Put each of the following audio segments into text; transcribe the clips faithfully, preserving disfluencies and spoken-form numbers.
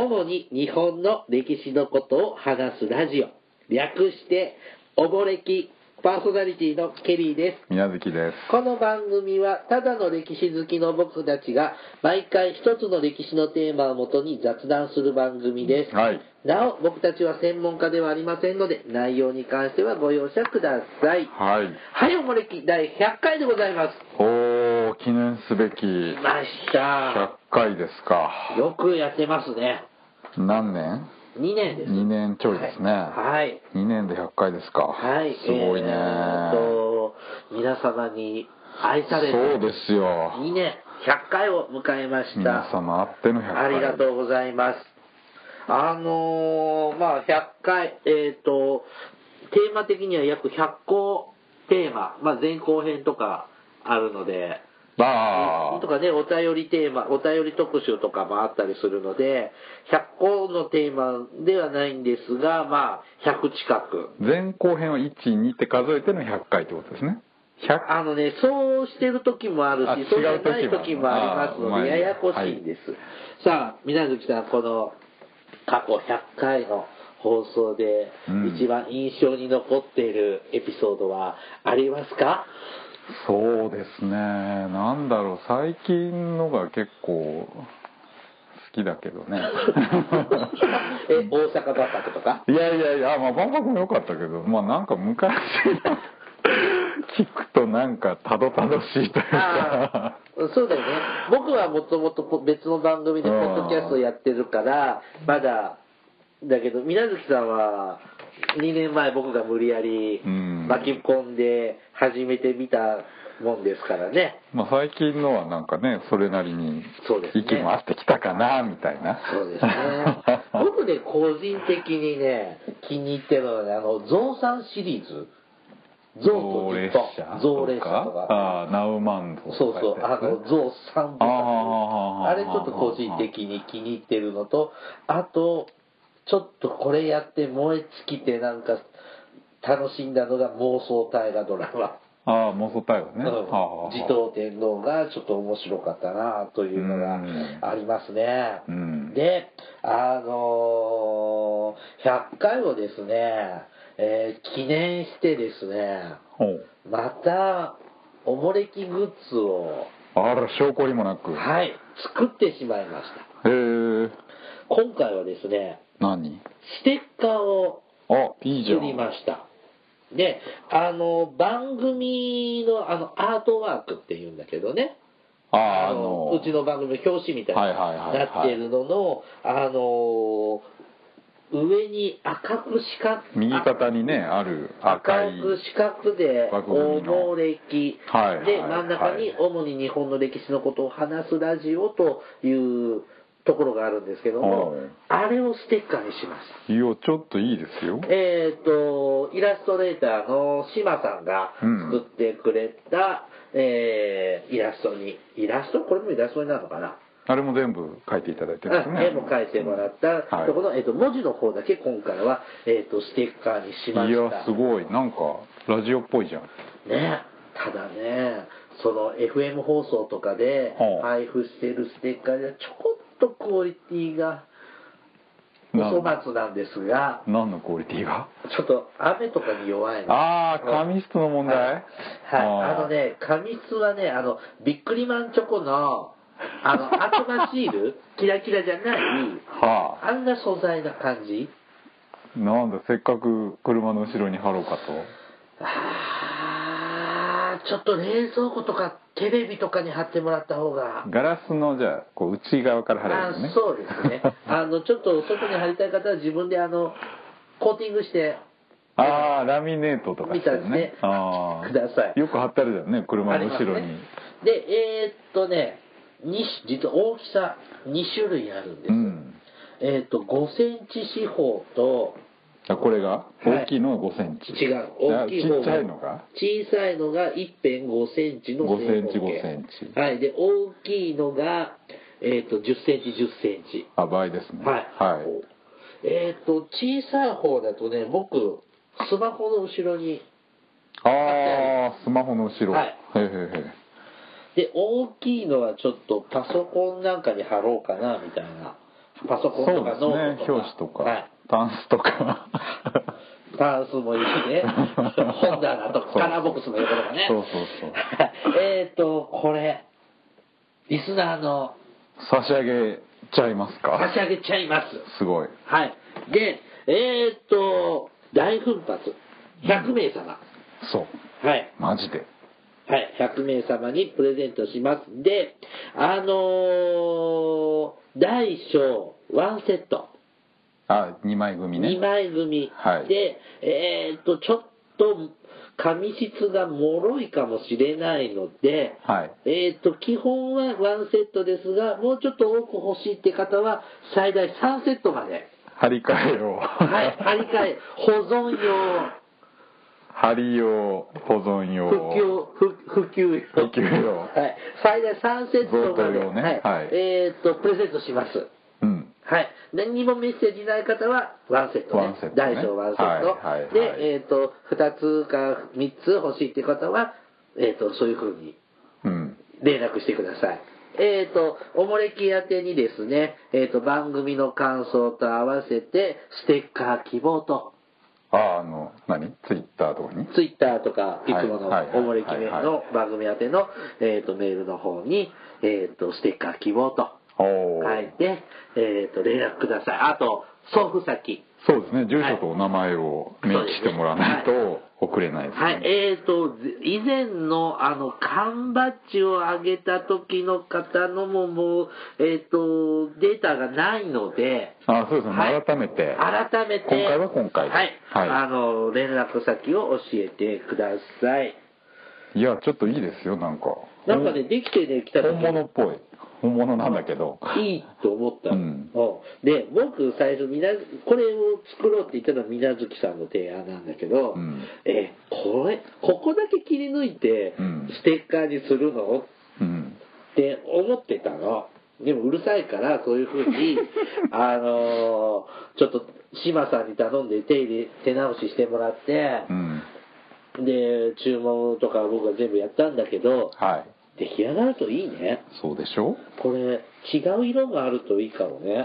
主に日本の歴史のことを話すラジオ、略しておぼれき。パーソナリティのケリーです。 宮月です。 この番組はただの歴史好きの僕たちが毎回一つの歴史のテーマをもとに雑談する番組です、 はい、 なお僕たちは専門家ではありませんので内容に関してはご容赦ください。 はい、 はい、おもれきだいひゃっかいでございます。 おー、記念すべき来ましたひゃっかいですか。 よくやってますね。 何年？ にねんです。 にねんちょいですね。 はい。 にねんでひゃっかいですか。 はい。 すごいね。えー、と皆様に愛されてそうですよ。 にねんひゃっかいを迎えました。 皆様あってのひゃっかい。 ありがとうございます。あのー、まあひゃっかい、えーとテーマ的には約ひゃっこテーマ、まあ前後編とかあるので。 あとかね、お便りテーマ、お便り特集とかもあったりするので、ひゃっこのテーマではないんですが、まあ、ひゃく近く。 前後編はいち、にって数えてのひゃっかいってことですね。 あのね、そうしてる時もあるし、そうじゃない時もありますので、ややこしいんです。はい、さあ、皆月さん、この過去ひゃっかいの放送で一番印象に残っているエピソードはありますか？ そうですね、なんだろう、最近のが結構好きだけどねえ、大阪万博とか？ いやいやいや、まあ万博も良かったけど、まあなんか昔聞くとなんかたどたどしいというかそうだよね。僕はもともと別の番組でポッドキャストやってるからまだだけど、皆月さんはにねんまえ僕が無理やり巻き込んで始めてみたもんですからね。 まあ最近のはなんかね、それなりに息も合ってきたかなみたいな。 そうですね。僕ね、個人的にね、気に入ってるのはね、あの、ゾウさんシリーズ。 ゾウ列車ゾウ列車とか。 ああ、ナウマンド。 そうそう、あの、ゾウさん部作。あれちょっと個人的に気に入ってるのと、あと、ちょっとこれやって燃え尽きてなんか楽しんだのが妄想大河ドラマ。 ああ、妄想大河ね。 うん、持統天皇がちょっと面白かったなというのがありますね。 うん、 で、あのー、ひゃっかいをですね、えー、記念してですね、またおもれきグッズをあら、証拠にもなく、 はい、作ってしまいました。 へえ。 今回はですね、 何？ ステッカーを作りました。で、あの番組のあのアートワークっていうんだけどね、 ああのうちの番組の表紙みたいになっているのの、あの上に赤く四角、 右肩にねある赤い赤く四角でおもれきで、真ん中に主に日本の歴史のことを話すラジオというところがあるんですけども、あれをステッカーにしました。 いや、ちょっといいですよ。 えっとイラストレーターの島さんが作ってくれた、うん、えー、イラストにイラストこれもイラストになるのかな。 あれも全部書いていただいてるんですね。 絵も描いてもらったところの、はい、えー、と文字の方だけ今回は、えー、とステッカーにしました。 いや、すごい、なんかラジオっぽいじゃんね。ただね、その エフエム 放送とかで配布しているステッカーではちょこっとクオリティがお粗末なんですが、 何のクオリティが？ ちょっと雨とかに弱いの。 ああ、紙質の問題？はい、 はい、あのね、紙質はね、あのビックリマンチョコのあの悪魔シールキラキラじゃない、はあ、あんな素材な感じ。 なんだ、せっかく車の後ろに貼ろうかと。 あー、ちょっと冷蔵庫とかテレビとかに貼ってもらった方が。 ガラスのじゃあこう内側から貼れるのね。 あ、そうですね。あのちょっと外に貼りたい方は自分であのコーティングして。 ああ、ラミネートとかしてね。 ね、あください。 よく貼ってあるじゃんね、車の後ろに。 ね、で、えー、っとね、に実は大きさに種類あるんです。うん、えー、っとごセンチ四方と。 あ、これが大きいのがごセンチ。 違う、大きい方ちっちゃいのが小さいのが いってんごセンチの正方形。 ごセンチごセンチ。 はい、で大きいのがえっ、ー、とじゅっセンチじゅっセンチ。 あ、倍ですね。 はい。はい、えっ、ー、と小さい方だとね、僕スマホの後ろに。 ああ、スマホの後ろ。はい。へへへ。 で大きいのはちょっとパソコンなんかに貼ろうかなみたいなパソコンとかノートとか、 そうですね、表紙とか、 はい、 タンスとかタンスもいいね本棚とかカラーボックスの横とかね。 そうそうそうえっとこれリスナーの差し上げちゃいますか。 差し上げちゃいます。 すごい。 はい。でえっと大奮発ひゃくめいさま、 うん、そうはい、 マジではい、ひゃくめいさまにプレゼントします。であのー、大小ワンセット、 あ、にまい組ね。 にまい組、 はい、 で、えー、っとちょっと紙質が脆いかもしれないので、 はい、 えー、っと基本はワンセットですが、もうちょっと多く欲しいって方は最大さんセットまで張り替え用はい張り替え保存用張り用保存用普及普及用普及用、 はい、最大さんセットまで、 ね、 はいはい、えー、っとプレゼントします。うん、はい、何にもメッセージない方はワンセットね、トね大小ワンセット、はいはいはい、で、えー、っとふたつかみっつ欲しいって方は、えー、っとそういうふうに連絡してください。うん、えー、っとおもれき宛てにですね、えー、っと番組の感想と合わせてステッカー希望と、 あ、あの何ツイッターとかにツイッターとかいつものおもれきめの番組宛ての、えー、とメールの方に、えー、とステッカー希望と書いて、えー、と連絡ください。あと送付先、 そうですね、住所とお名前を明記してもらわないと送れないですね。 はい、えー、と以前のあの缶バッジをあげた時の方のももう、えー、とデータがないので、 あ、そうですね、はい、改めて改めて今回は今回で、 はいはい、あの連絡先を教えてください。 いやちょっといいですよ、なんかなんかねできてね来た時本物っぽい、本物なんだけどいいと思った、 うん、 で僕最初みなこれを作ろうって言ったのは水無月さんの提案なんだけど、うん、えこれここだけ切り抜いてステッカーにするの、うん、って思ってたの。でもうるさいからそういうふうにあのー、ちょっと島さんに頼んで手入れ手直ししてもらって、うん、で注文とか僕が全部やったんだけど、はい、出来上がるといいね。 そうでしょ。 これ違う色があるといいかもね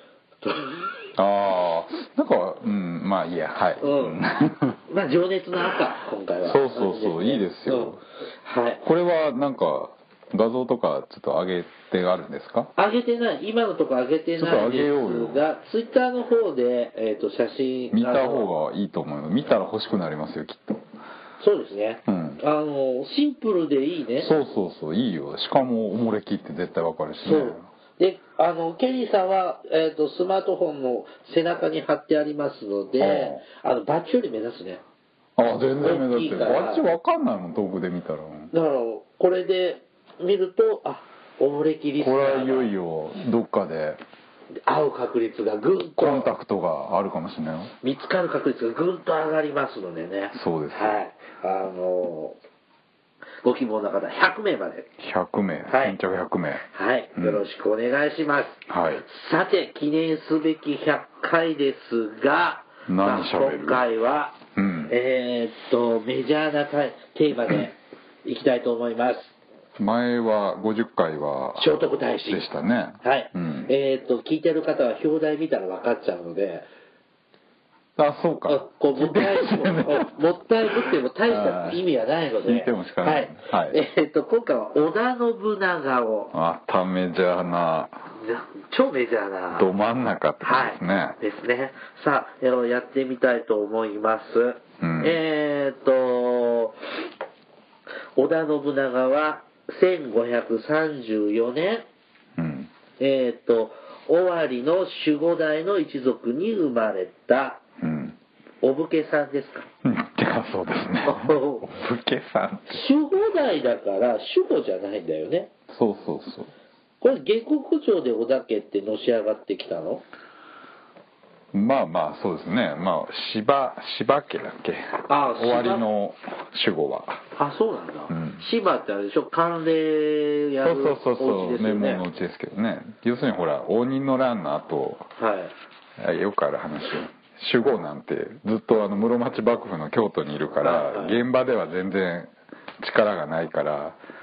ああ、なんかうんまあいいや、はい、うん、 まあ情熱の赤今回はそうそうそう、いいですよ、うん、はい。これはなんか画像とかちょっと上げてあるんですか。 上げてない、今のところ上げてないんですが、ツイッターの方で、えー、と写真見た方がいいと思います。見たら欲しくなりますよきっと。 そうですね、うん、あのシンプルでいいね。 そうそうそういいよ。しかもおもれきって絶対わかるしね。そうであのケリーさんは、えー、とスマートフォンの背中に貼ってありますので、あのバッチより目指すね。 あ、全然目指してる。バッチわかんないもん遠くで見たら。だからこれで見ると、あ、おもれきリスナーがこれはいよいよどっかで会う確率がぐんとコンタクトがあるかもしれないよ。 見つかる確率がぐんと上がりますのでね。 そうです。 はい。あのご希望の方ひゃくめいまで。 ひゃくめい。はい。先着ひゃくめい。 はい、うん。よろしくお願いします。はい。さて記念すべきひゃっかいですが、 何しゃべる？ 今回は、うん、えー、っとメジャーなテーマでいきたいと思います。 前はごじゅっかいは聖徳太子でしたね。 はい、うん、えー、っと聞いてる方は表題見たら分かっちゃうので、 あ、そうか。 こうもったいもったいぶっても大した意味はないので、 聞いてもしかない。 はい。はい、えー、っと今回は織田信長を、 またメジャーな、 超メジャーなど真ん中って感じですね。 はい、ですね。さあやってみたいと思います。うん、えー、っと織田信長はせんごひゃくさんじゅうよねん、うん、えっと尾張の守護代の一族に生まれた、うん、お武家さんですか。 うん、いやそうですね。お武家さん守護代だから守護じゃないんだよね。 そうそうそう。 これ下克上で織田家ってのし上がってきたの。 まあまあそうですね。まあ芝芝家だっけ。ああ、終わりの守護は。 あ、そうなんだ。うん、芝ってあれでしょ。慣例やるお家ですよね。 そうそうそうそう。名門のうちですけどね。要するにほら応仁の乱の後、はい、よくある話。守護なんてずっとあの室町幕府の京都にいるから、はいはい、現場では全然力がないから。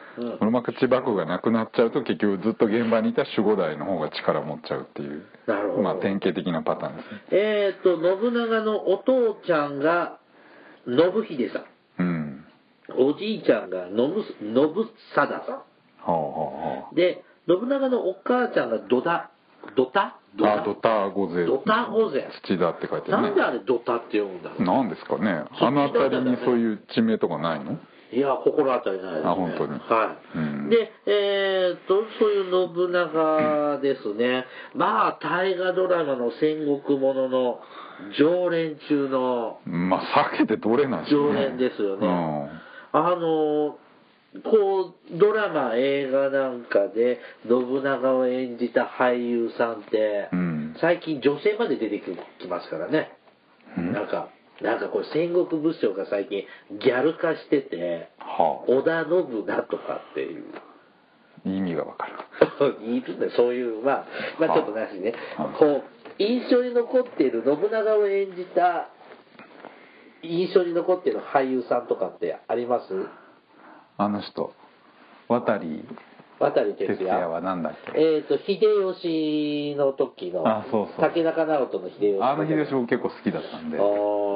室町幕府がなくなっちゃうと結局ずっと現場にいた守護代の方が力を持っちゃうっていう、 なるほど、 まあ典型的なパターンですね。 えっと信長のお父ちゃんが信秀さん、うん、おじいちゃんが信信貞さん、はあはあ、で信長のお母ちゃんがドタドタドタドタ御前ドタ御前土田って書いてあるね。 なんであれドタって読むんだろう。 なんですかね。あの辺りにそういう地名とかないの？ いや、心当たりないですね。 あ、本当に。 はい。うん、で、えー、っと、そういう信長ですね。まあ、大河ドラマの戦国ものの常連中の。 まあ、避けてどれなんですね。 常連ですよね。うん、あの、こう、ドラマ、映画なんかで信長を演じた俳優さんって、うん、最近女性まで出てきますからね。うん、なんか、なんかこれ戦国武将が最近ギャル化してて、はあ、織田信長とかっていう意味がわかるいるんだよ、そういう、まあ、まあちょっとなしね、はあ、こう印象に残っている信長を演じた印象に残っている俳優さんとかってあります？ あの人渡り渡哲也は何だっけ？ えっ、ー、と秀吉の時の、あ、そうそう、竹中直人の秀吉、 あの秀吉も結構好きだったんで。あ、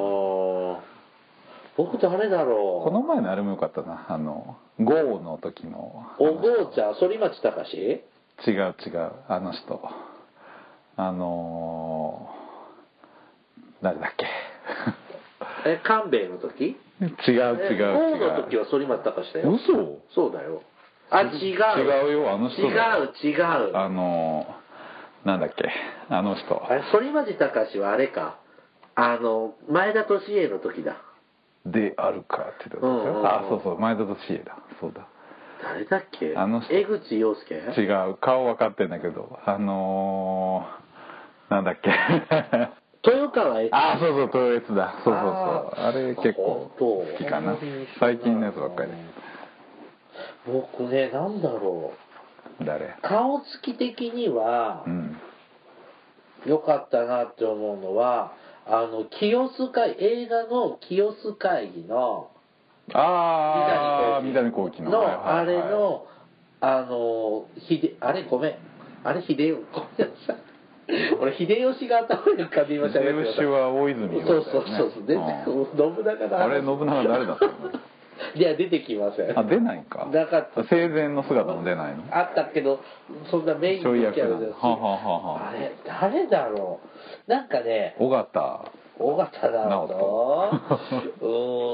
僕誰だろう。 この前のあれもよかったな、あの豪の時のお豪ちゃん、反町隆史？違う違う、あの人、あのー、誰だっけえ、官兵衛の時？ 違う違う違う。 豪の時は反町隆史だよ。 嘘？ そうだよ。あ、違う。 違うよ、あの人だよ。 違う違う。 あのー、なんだっけ、あの人。 あれ、反町隆史はあれか、あの前田利家の時だ。 であるかって言ったんですよ。あ、そうそう、前田利家だ。そうだ。 誰だっけ？ あの人。 江口洋介？ 違う、顔分かってんだけど、あのー、なんだっけ。 豊川悦司。 あ、そうそう、豊悦だ。そうそうそう。あれ結構好きかな。最近のやつばっかり。 僕ね、なんだろう。誰？ 顔つき的には、うん、よかったなって思うのは、あの清須会、映画の清須会議のああ三谷幸喜ののあれのあのひであれごめんあれ秀吉ごめんなさい俺秀吉が頭に浮かびましたね。 秀吉は大泉洋だよね。 そうそうそうそう、全然信長だ。 あれ信長誰だったの？ いや出てきません。 あ、出ないか。 なかった。 生前の姿も出ないの？ あったけどそんなメインのキャラです。はははあれ誰だろう。なんかね。 尾形。 尾形直人。う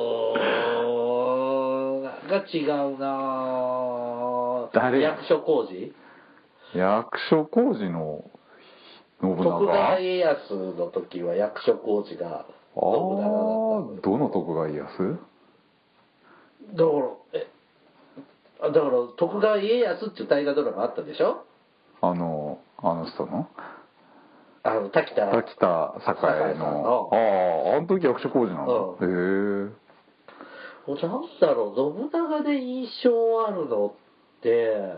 ーん。なんか違うな。誰？役所広司？ 役所広司の信長。 徳川家康の時は役所広司が信長だった。 どの徳川家康？ だからえだから徳川家康っていう大河ドラマあったでしょ。 あのあの人のあの滝田滝田栄のあああの時役所広司なの。うん、へえ。なんだろう、信長で印象あるのって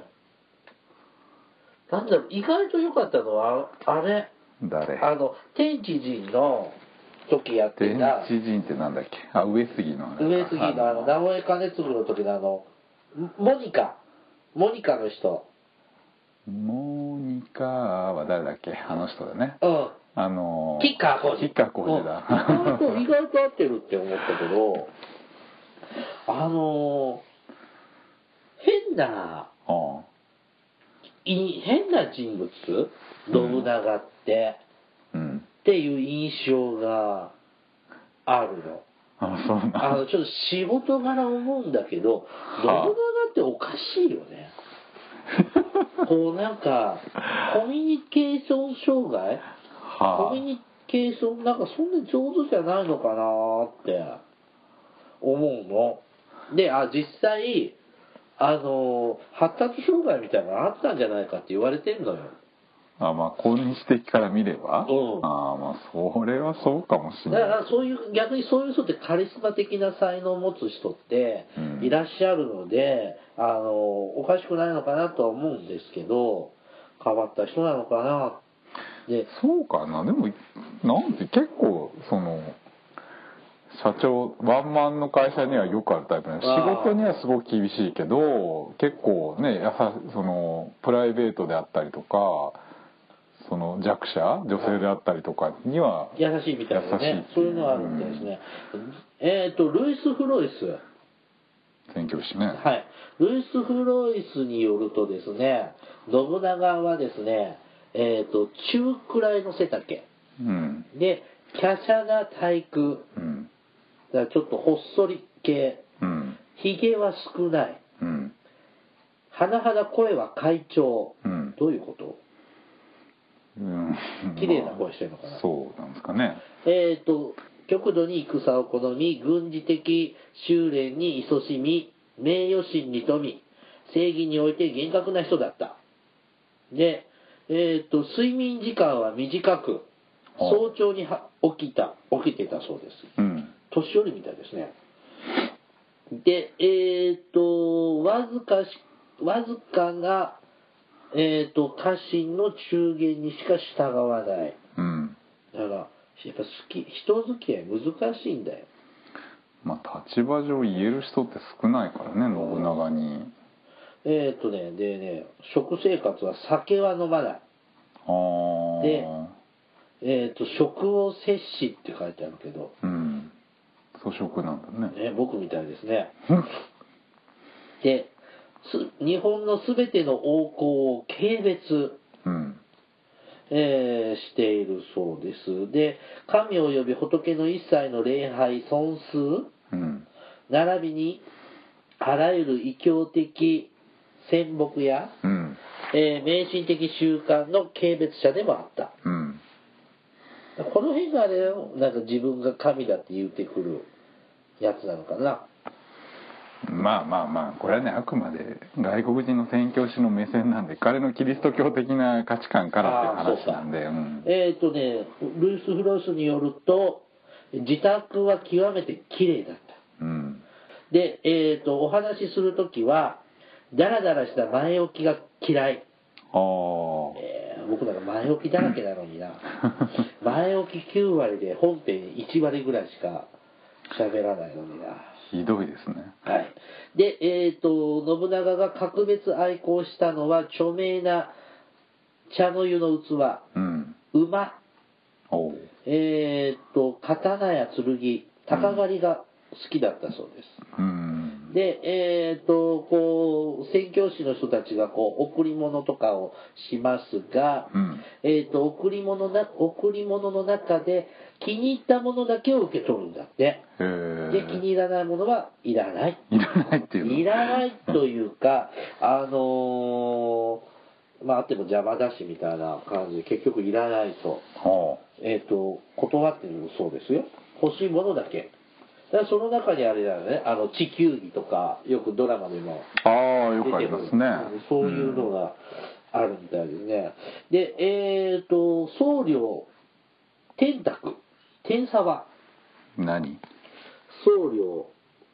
なんだろう、意外と良かったのはあれ誰？ あの天地人の時やってた。 天地人ってなんだっけ？あ、上杉の上杉のあの直江兼続の時のあのモニカモニカの人。 モニカは誰だっけ？あの人だね。 うん。 あの吉川晃司。 吉川晃司だ。 うん、意外と意外と合ってるって思ったけど、あの変な、うんい変な人物、信長って、うん、っていう印象があるの。 あ、そうなん。 あのちょっと仕事柄思うんだけど、信長っておかしいよね。こうなんかコミュニケーション障害、はあ、コミュニケーションなんかそんな上手じゃないのかなって思うの。で、あ実際あの発達障害みたいなのあったんじゃないかって言われてんのよ。 あ、まあ今日的から見れば、うん、あまあそれはそうかもしれない。 だからそういう逆にそういう人ってカリスマ的な才能を持つ人っていらっしゃるので、うん、あのおかしくないのかなとは思うんですけど、変わった人なのかなで。そうかな。でもなんて結構その社長ワンマンの会社にはよくあるタイプね。仕事にはすごく厳しいけど結構ねやさそのプライベートであったりとかその弱者女性であったりとかには優しいみたいですね。そういうのはあるみたいですね。うん、えっ、ー、とルイス・フロイス宣教師ね。 はい。ルイス・フロイスによるとですね、信長はですね、えっ、ー、と中くらいの背丈、うん、で華奢な体育、うん、だからちょっとほっそり系、うん、ひげは少ない、うん、甚だ声は快調、うん、どういうこと？うん、綺麗な声してるのかな、 まあ、そうなんですかね。 えっ、ー、と極度に戦を好み軍事的修練に勤しみ名誉心に富み正義において厳格な人だった。で、えっ、ー、と睡眠時間は短く早朝に起きた起きてたそうです、うん、年寄りみたいですね。でえっ、ー、とわずかしわずかなえっ、ー、と家臣の中言にしか従わない、うん、だからやっぱ好き人付き合い難しいんだよ。 まあ立場上言える人って少ないからね、信長に。 えっ、ー、とねでね食生活は酒は飲まない。あでえっ、ー、と食を摂しって書いてあるけど、うん、 粗食なんだね。 ね僕みたいですね。で日本のすべての王侯を軽蔑、うんえー、しているそうです。で神及び仏の一切の礼拝尊崇、うん、並びにあらゆる異教的宣牧や、うんえー、迷信的習慣の軽蔑者でもあった、うん、この辺があれなんか自分が神だって言ってくるやつなのかな。 まあまあまあこれはねあくまで外国人の宣教師の目線なんで彼のキリスト教的な価値観からっていう話なんで、うん、 えっ、ー、とねルイス・フロイスによると自宅は極めて綺麗だった、うん、で、えー、とお話しするときはダラダラした前置きが嫌い。あ、えー、僕なんか前置きだらけなのにな前置ききゅう割で本編いち割ぐらいしか喋らないのにな。 ひどいですね。 はい。で、えっ、ー、と信長が格別愛好したのは著名な茶の湯の器、うん、馬、えっ、ー、と刀や剣、鷹狩りが好きだったそうです。うん、で、えっ、ー、とこう宣教師の人たちがこう贈り物とかをしますが、うん、えっ、と贈り物な贈り物の中で気に入ったものだけを受け取るんだって。で気に入らないものはいらない。 いらないっていうの。 いらないというかあのー、まああっても邪魔だしみたいな感じで結局いらないと、はあ、えっ、ー、と断ってるそうですよ。欲しいものだけ。だからその中にあれだよね、あの地球儀とかよくドラマでもああよくありますね。 そういうのがあるみたいですね。うん、でえっ、ー、と僧侶天卓天沢何僧侶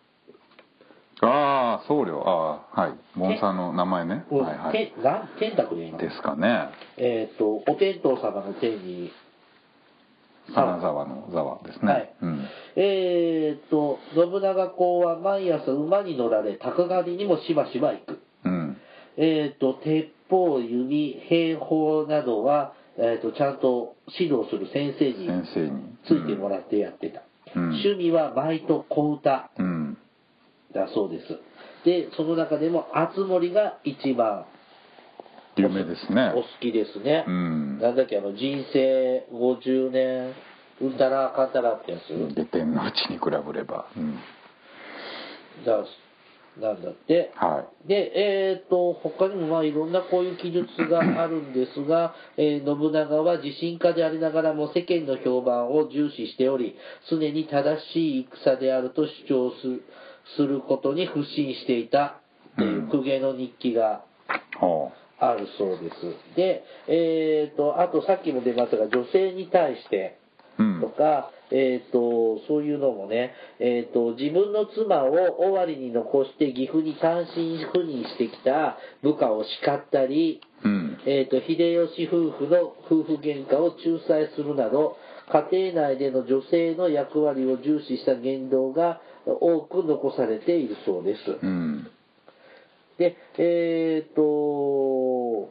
ああ僧侶ああはい盆さんの名前ね、 うん、 はいはい、 天卓でいいのですかね。 えっ、ー、とお天道様の天に金沢の沢ですね。はい、 うん、えっ、ー、と信長公は毎朝馬に乗られ鷹狩りにもしばしば行く。うん、えっ、ー、と鉄砲弓兵法などは、えー、とちゃんと指導する先生についてもらってやってた。うん、趣味は舞と小唄、うん、だそうです。でその中でも敦盛が一番有名ですね。 お好きですね。うん、なんだっけあの人生ごじゅうねんうんたらかんたらってやつ。 下天のうちに比べれば。うん、 だなんだって。はい、でえっ、ー、と他にもまあいろんなこういう記述があるんですが、えー、信長は自信家でありながらも世間の評判を重視しており、常に正しい戦であると主張することに不信していたという公家の日記が。うんはああるそうです。で、えーと、あとさっきも出ましたが女性に対してとか、うん、えーと、そういうのもね、えーと、自分の妻を尾張に残して岐阜に単身赴任してきた部下を叱ったり、うん、えーと、秀吉夫婦の夫婦喧嘩を仲裁するなど家庭内での女性の役割を重視した言動が多く残されているそうです。 うん、 で、えっと、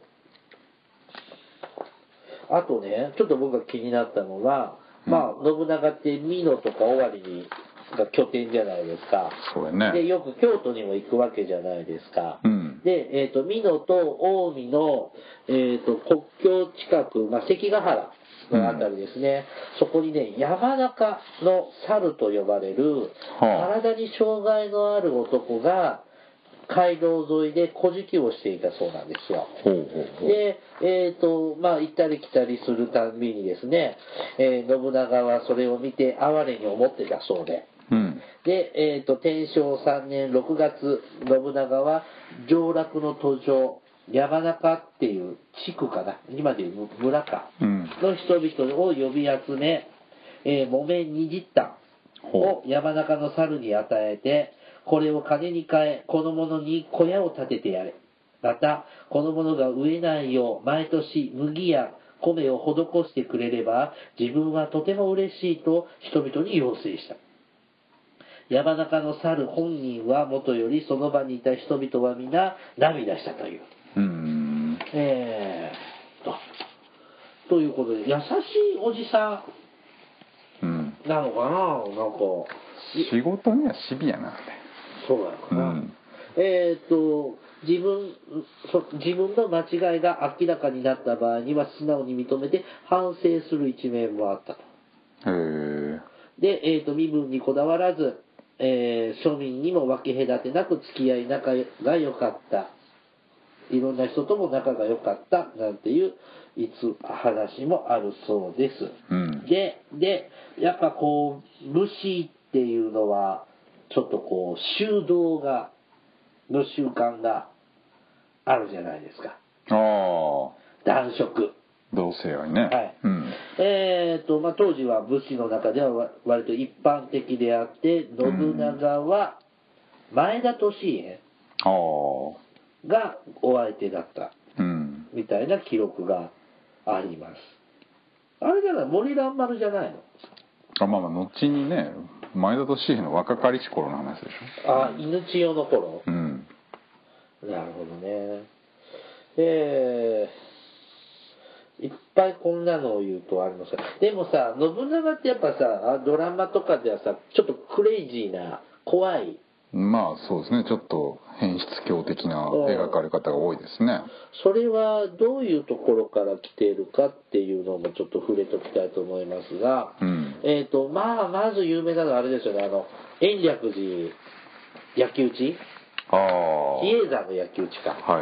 あとね、ちょっと僕が気になったのが、うん、まあ、信長って美濃とか尾張にが拠点じゃないですか。 そうやね。 で、よく京都にも行くわけじゃないですか。 うん、 で、えっと、美濃と近江の、えっと、国境近く、まあ、関ヶ原のあたりですね、うん、そこにね、山中の猿と呼ばれる、はあ、体に障害のある男が、街道沿いで小じをしていたそうなんですよ。 ほうほうほう。 で、えっと、まあ、行ったり来たりするたんびにですね、えー、信長はそれを見て哀れに思ってたそうで、 うん、 で、えっと、天正さんねんろくがつ、信長は上洛の途上、山中っていう地区かな、今でいう村か、 うん、 の人々を呼び集め、えー、木綿にじったを山中の猿に与えて、これを金に換え、この者に小屋を建ててやれ。また、この者が飢えないよう、毎年麦や米を施してくれれば、自分はとても嬉しいと人々に要請した。山中の猿本人はもとよりその場にいた人々は皆涙したという。 うーん。 えーと。ということで、優しいおじさんなのかな、うん、なんか。 仕事にはシビアなんで。 そうなのかな。うん、えっと、自分、自分の間違いが明らかになった場合には素直に認めて反省する一面もあったと。 へー。 で、えっと、身分にこだわらず、えー、庶民にも分け隔てなく付き合い仲が良かった。いろんな人とも仲が良かったなんていういつ話もあるそうです。 うん、 で、で、やっぱこう、武士っていうのは、ちょっとこう、修道が、の習慣があるじゃないですか。 ああ。 男色。 同性愛ね。 はい。 うん、 えっと、まあ、当時は武士の中では割と一般的であって、信長は前田利家がお相手だった。みたいな記録があります。あれじゃない、森蘭丸じゃないの？ あ、まあまあ、後にね、前田利家の若かりし頃の話でしょ。あ、犬千代の頃。 うん。 なるほどね。えー、いっぱいこんなのを言うとありますが、でもさ、信長ってやっぱさ、ドラマとかではさ、ちょっとクレイジーな、怖い。 まあそうですね、ちょっと変質狂的な描かれ方が多いですね。 それはどういうところから来ているかっていうのもちょっと触れときたいと思いますが、 うん、 えっとまあまず有名なのはあれですよね、あの延暦寺焼き討ち、 ああ、 比叡山の焼き討ちか。 はい。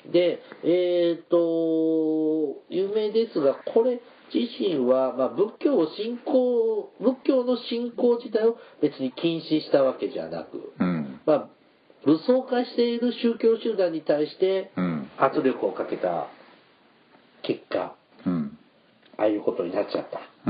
で、えっと有名ですが、これ自身は、まあ、仏教を信仰仏教の信仰自体を別に禁止したわけじゃなく、 うん、 まあ武装化している宗教集団に対して圧力をかけた結果、うん、ああいうことになっちゃった、うん、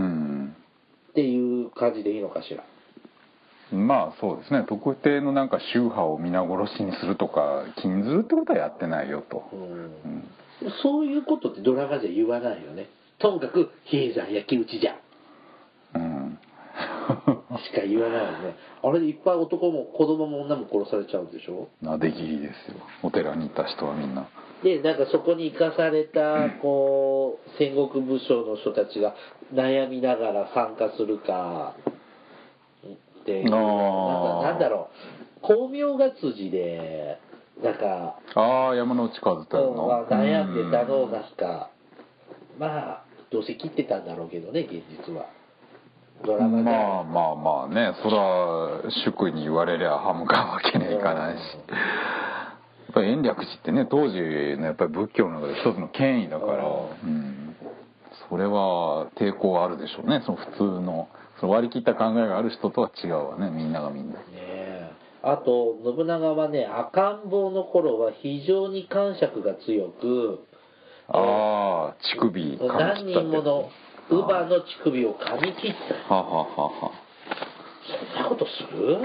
っていう感じでいいのかしら。 まあそうですね、特定のなんか宗派を皆殺しにするとか禁ずるってことはやってないよと、うんうん、 そういうことってドラマじゃ言わないよね。とにかく比叡山焼き討ちじゃ、うん、しか言わないよね。あれでいっぱい男も子供も女も殺されちゃうんでしょ。 なで切りですよ、お寺にいた人はみんな。 でなんかそこに生かされたこう戦国武将の人たちが悩みながら参加するかっていう、なんかなんだろう、光明が辻でなんかああ山之内和太の悩んでたのをなんか、まあどうせ切ってたんだろうけどね、現実は。ドラマでまあまあまあね、そら祝に言われりゃ歯向かうわけにはいかないし、やっぱり延暦寺ってね、当時のやっぱり仏教の中で一つの権威だから、うん、それは抵抗あるでしょうね。その普通のその割り切った考えがある人とは違うわね、みんながみんな。ねえ、あと信長はね、赤ん坊の頃は非常に感触が強く、 ああ、乳首噛み切ったって、何人もの乳母の乳首を噛み切った。 はははは。 そんなことする？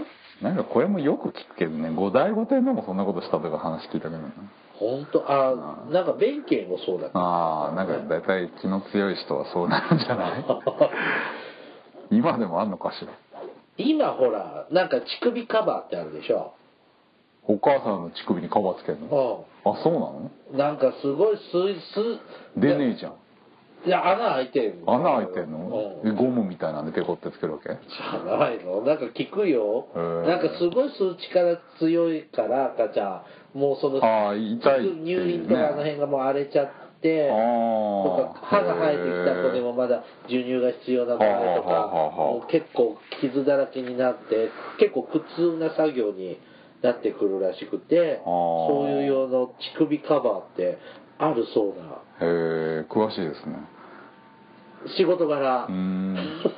なんかこれもよく聞くけどね、後醍醐天皇もそんなことしたとか話聞いたけどね。 本当、ああ、なんか弁慶もそうだった、ね、 ああ、なんか大体気の強い人はそうなるんじゃない今でもあんのかしら。 今ほらなんか乳首カバーってあるでしょ。 お母さんの乳首にカバーつけるの？うん、あ、そうなの？ なんかすごいスイス出ねえじゃん。 いや、穴開いてるの。 穴開いてるの？うん、ゴムみたいなんでペコってつけるわけ？じゃないの？なんか聞くよ。なんかすごい数値から強いから赤ちゃんもうそのあ痛いっていうね、 入院とかあの辺がもう荒れちゃってとか、歯が生えてきた子でもまだ授乳が必要な場合とかもう結構傷だらけになって結構苦痛な作業になってくるらしくて、そういう用の乳首カバーってあるそうな。 へえ、詳しいですね。 仕事柄。うーんなんか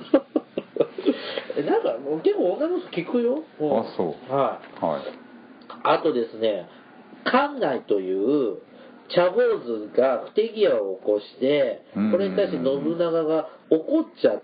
結構女の人聞くよ。 うん、あ、そう。 はい。 はい。 あとですね、関内という茶坊主が不手際を起こして、これに対して信長が怒っちゃって、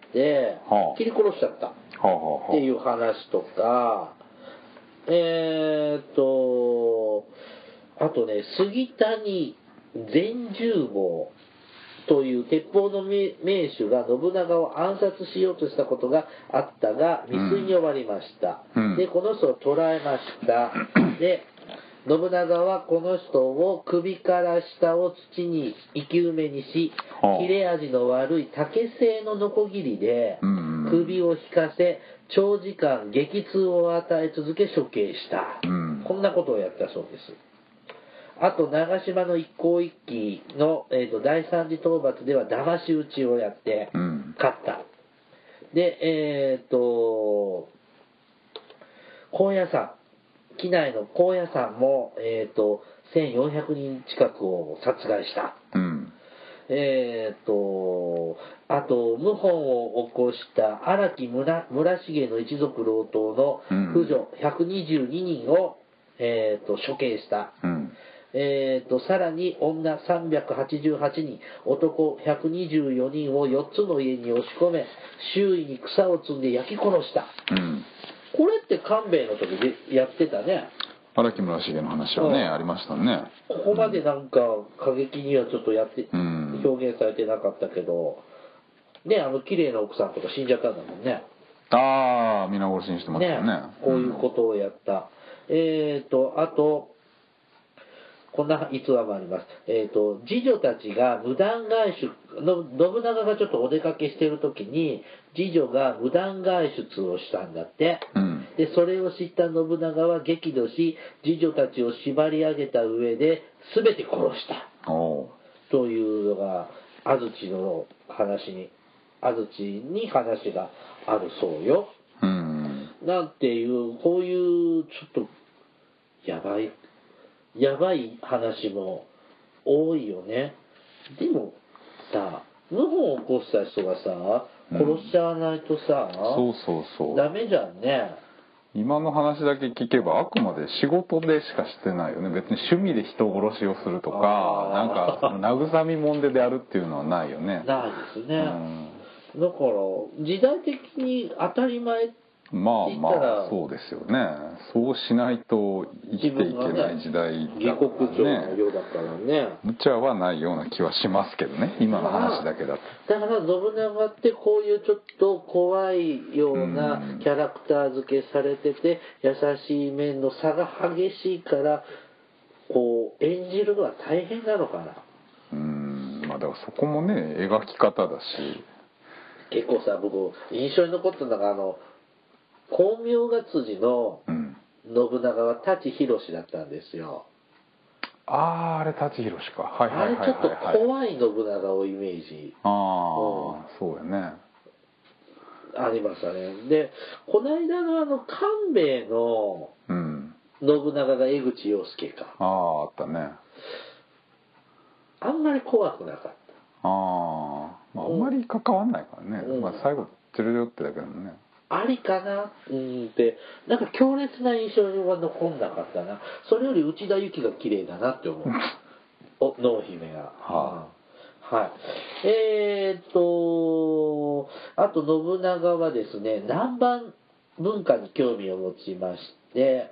切り殺しちゃったっていう話とか、えーっと、あとね、杉谷善十坊という鉄砲の名手が信長を暗殺しようとしたことがあったが未遂に終わりました、うん、でこの人を捕らえましたで信長はこの人を首から下を土に生き埋めにし切れ味の悪い竹製のノコギリで首を引かせ長時間激痛を与え続け処刑した、うん、こんなことをやったそうです。あと長島の一向一揆の、えー、と第三次討伐では騙し討ちをやって勝った、うん、でえっ、ー、と高野山機内の高野山も、えー、とせんよんひゃくにん近くを殺害した、うん、えっ、ー、とあと謀反を起こした荒木村村重の一族老頭の婦女ひゃくにじゅうににんを、えー、と処刑した、うんえー、とさらに女さんびゃくはちじゅうはちにん男ひゃくにじゅうよにんをよっつの家に押し込め周囲に草を積んで焼き殺した、うん、これって官兵衛の時でやってたね。 荒木村重の話はね、うん、ありましたね。 ここまでなんか過激にはちょっとやって、うん、表現されてなかったけどね、あの綺麗な奥さんとか死んじゃったんだもんね。 ああ皆殺しにしてましたね。ねこういうことをやった、うん、えっ、ー、とあとこんな逸話もあります。えっ、ー、と、次女たちが無断外出の、信長がちょっとお出かけしている時に、次女が無断外出をしたんだって。うん、で、それを知った信長は激怒し、次女たちを縛り上げた上で、全て殺した。というのが、安土の話に、安土に話があるそうよ。うん、なんていう、こういう、ちょっと、やばい。やばい話も多いよね。でもさ、謀反を起こした人がさ、殺しちゃわないとさ、 うん、そうそうそう。 ダメじゃんね。 今の話だけ聞けばあくまで仕事でしかしてないよね。別に趣味で人殺しをするとか、なんか慰みもんでであるっていうのはないよね。 ないですね。うん、だから時代的に当たり前ってまあまあそうですよね。そうしないと生きていけない時代だからね。下克上のようだからね。 無茶はないような気はしますけどね。今の話だけだと。 だから信長ってこういうちょっと怖いようなキャラクター付けされてて、優しい面の差が激しいからこう演じるのは大変なのかな。 うーんまあだからそこもね描き方だし。 結構さ僕印象に残ったのがあの光明月次の信長は舘ひろしだったんですよ。 あああれ舘ひろしか。はいはいはいはい、はい、 あれちょっと怖い信長をイメージ。 ああ、うん、そうやね。 ありましたね。でこの間のあの官兵衛の信長が江口洋介か。 あああったね。 あんまり怖くなかった。 ああ、まあ、あんまり関わんないからね。うん、まあ最後チルルってだけどね。 ありかなうんってなんか強烈な印象は残んなかったな。それより内田有紀が綺麗だなって思うお濃姫が、はあ、はいえー、っとあと信長はですね南蛮文化に興味を持ちまして、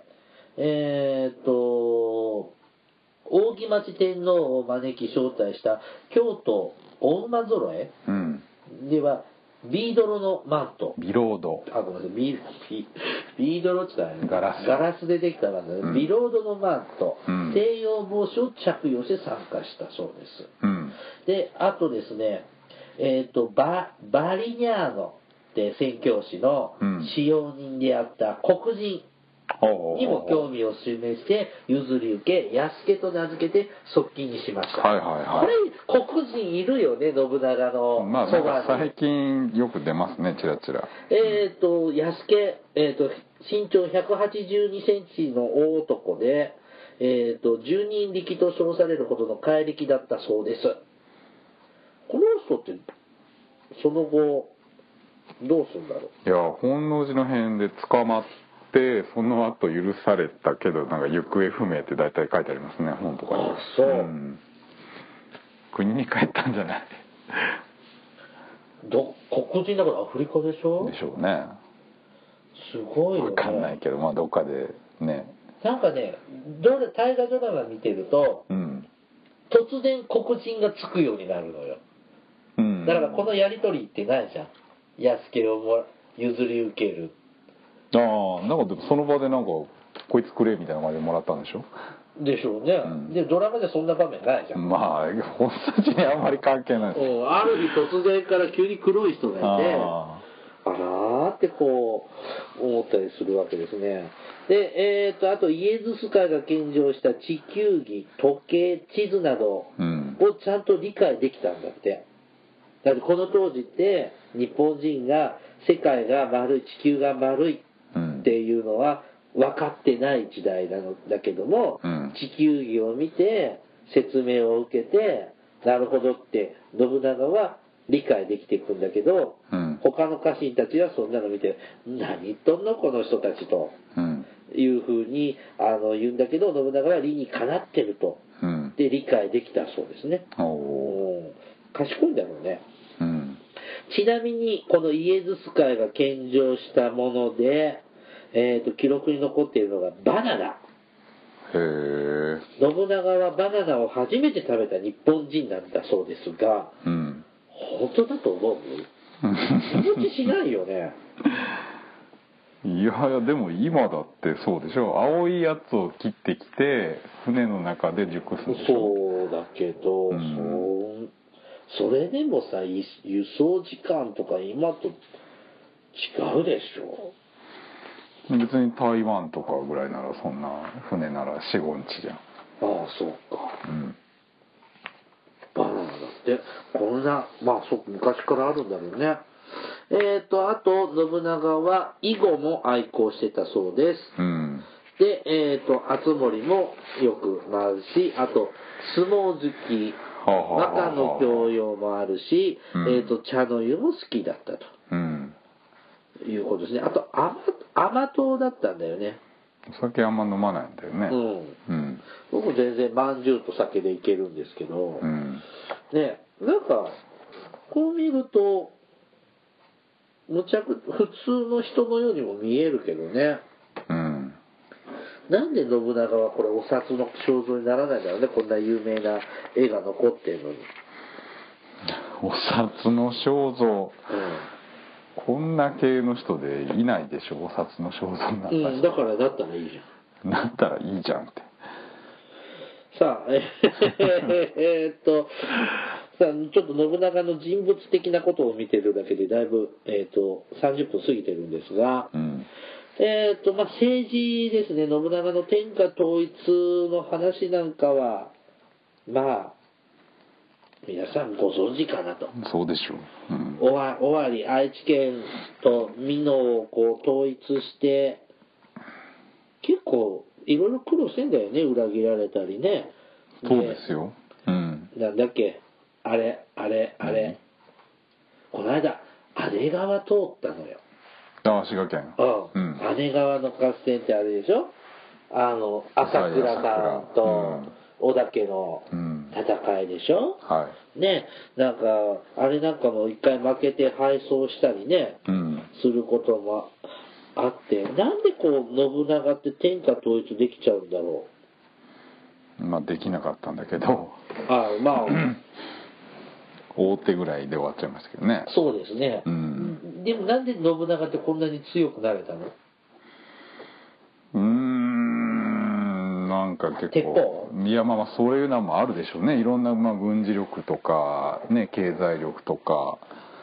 えー、っと扇町天皇を招き招待した京都お馬揃え、うん、ではビードロのマント、 ビロード、 あごめんなさい、ビービビードロって言ったら、ね、 ガラスガラスでできたマント、うん、ビロードのマント、うん、西洋帽子を着用して参加したそうです、うん、であとですね、えー、っとババリニャーノって宣教師の使用人であった黒人にも興味を示して譲り受け、安家と名付けて側近にしました。 はいはいはい。 これ黒人いるよね、信長の。 まあなんか最近よく出ますね、チラチラ。 えっと安家、えっと身長ひゃくはちじゅうにセンチの大男で、えっと十人力と称されるほどの怪力だったそうです。この人ってその後どうするんだろう。 いや、本能寺の辺で捕まって。でその後許されたけどなんか行方不明って大体書いてありますね、本とかに。 あ、そう、うん、 国に帰ったんじゃない。 ど黒人だからアフリカでしょ。 でしょうね。 すごいよね。 分かんないけど、まあどっかでね。 なんかね、大河ドラマ見てると、うん、突然黒人がつくようになるのよ、うん、だからこのやり取りってないじゃん。安家をも譲り受ける。 ああ、なんかその場でなんかこいつくれみたいな感じでもらったんでしょ。 でしょうね、うん、でドラマでそんな場面ないじゃん。 まあ本筋にあんまり関係ないです。 ある日突然から急に黒い人がいて、ああらーってこう思ったりするわけですね。で、えー、とあとイエズス会が献上した地球儀、時計、地図などをちゃんと理解できたんだって。だってこの当時って日本人が世界が丸い、地球が丸いっていうのは分かってない時代なのだけども、うん、地球儀を見て説明を受けてなるほどって信長は理解できていくんだけど、うん、他の家臣たちはそんなの見て何言っとんのこの人たちと、うん、いうふうにあの言うんだけど、信長は理にかなってると、うん、で理解できたそうですね。お賢いんだろうね。うん、ちなみにこのイエズス会が献上したもので、えー、と記録に残っているのがバナナ。へえ。信長はバナナを初めて食べた日本人なんだそうですが、うん、本当だと思う？気持ちしないよね。 いやいや、でも今だってそうでしょ。青いやつを切ってきて船の中で熟すんでしょ。 そうだけど、うん、そ, それでもさ、輸送時間とか今と違うでしょ。 別に台湾とかぐらいならそんな船なら よん,ご 日じゃん。ああ、そうか。うん。バナナだってこんな、まあそう昔からあるんだろうね。えっとあと信長は囲碁も愛好してたそうです。うん。で、えっと敦盛もよく回るし、あと相撲好き、和歌の教養もあるし、うん、えっと茶の湯も好きだったと。うん。いうことですね。あと甘甘党だったんだよね。 お酒あんま飲まないんだよね。うん。 うん、僕全然まんじゅうと酒でいけるんですけど、うん、ね、なんかこう見るとむちゃく普通の人のようにも見えるけどね。うん。なんで信長はこれお札の肖像にならないんだろうね。こんな有名な絵が残ってるのに。 お札の肖像。うん。こんな系の人でいないでしょ、お札の肖像になった人、 うん、だからだったらいいじゃん。なったらいいじゃんって。 さあ、えー、っとさあちょっと信長の人物的なことを見てるだけでだいぶ、えー、っとさんじゅっぷん過ぎてるんですが、うん、えー、っとまあ政治ですね。信長の天下統一の話なんかはまあ皆さんご存知かなと。 そうでしょう。うん、 終わ終わり愛知県と美濃をこう統一して結構いろいろ苦労してんだよね。裏切られたりね。 そうですよ。うん。 なんだっけあれあれあれ、うん、この間姉川通ったのよ。 ああ、滋賀県。 うん。うん、姉川の合戦ってあれでしょ。あの朝倉さんと織田家の戦いでしょ。うん、はい。ね、なんかあれなんかも一回負けて敗走したりね、うん、することもあって、なんでこう信長って天下統一できちゃうんだろう。まあできなかったんだけど、 ああまあ大手ぐらいで終わっちゃいましたけどね。 そうですね、 うん、 でもなんで信長ってこんなに強くなれたの？ うーんなんか結構いやまあまあそういうのもあるでしょうね。いろんなまあ軍事力とかね経済力とか。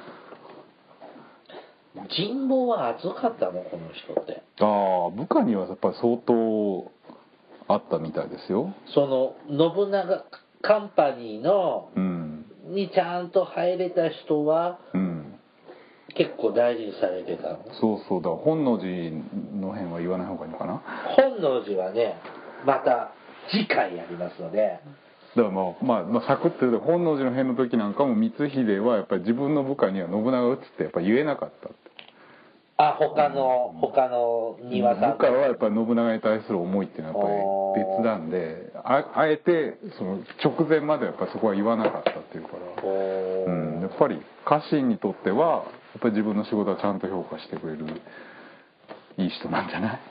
人望は厚かったのこの人って。 ああ部下にはやっぱり相当あったみたいですよ。 その信長カンパニーの、 うん、 にちゃんと入れた人は、うん、結構大事にされてたの。 そうそうだ本能寺の辺は言わない方がいいのかな。 本能寺はねまた次回やりますので。 だからまあまあ、まあ、サクッと言うと本能寺の変の時なんかも光秀はやっぱり自分の部下には信長が撃つってやっぱ言えなかったって。 あ他の、うん、他の庭さん部下はやっぱり信長に対する思いっていうのはやっぱり別なんで あ, あえてその直前までやっぱりそこは言わなかったっていうから、うん、やっぱり家臣にとってはやっぱり自分の仕事はちゃんと評価してくれるいい人なんじゃない？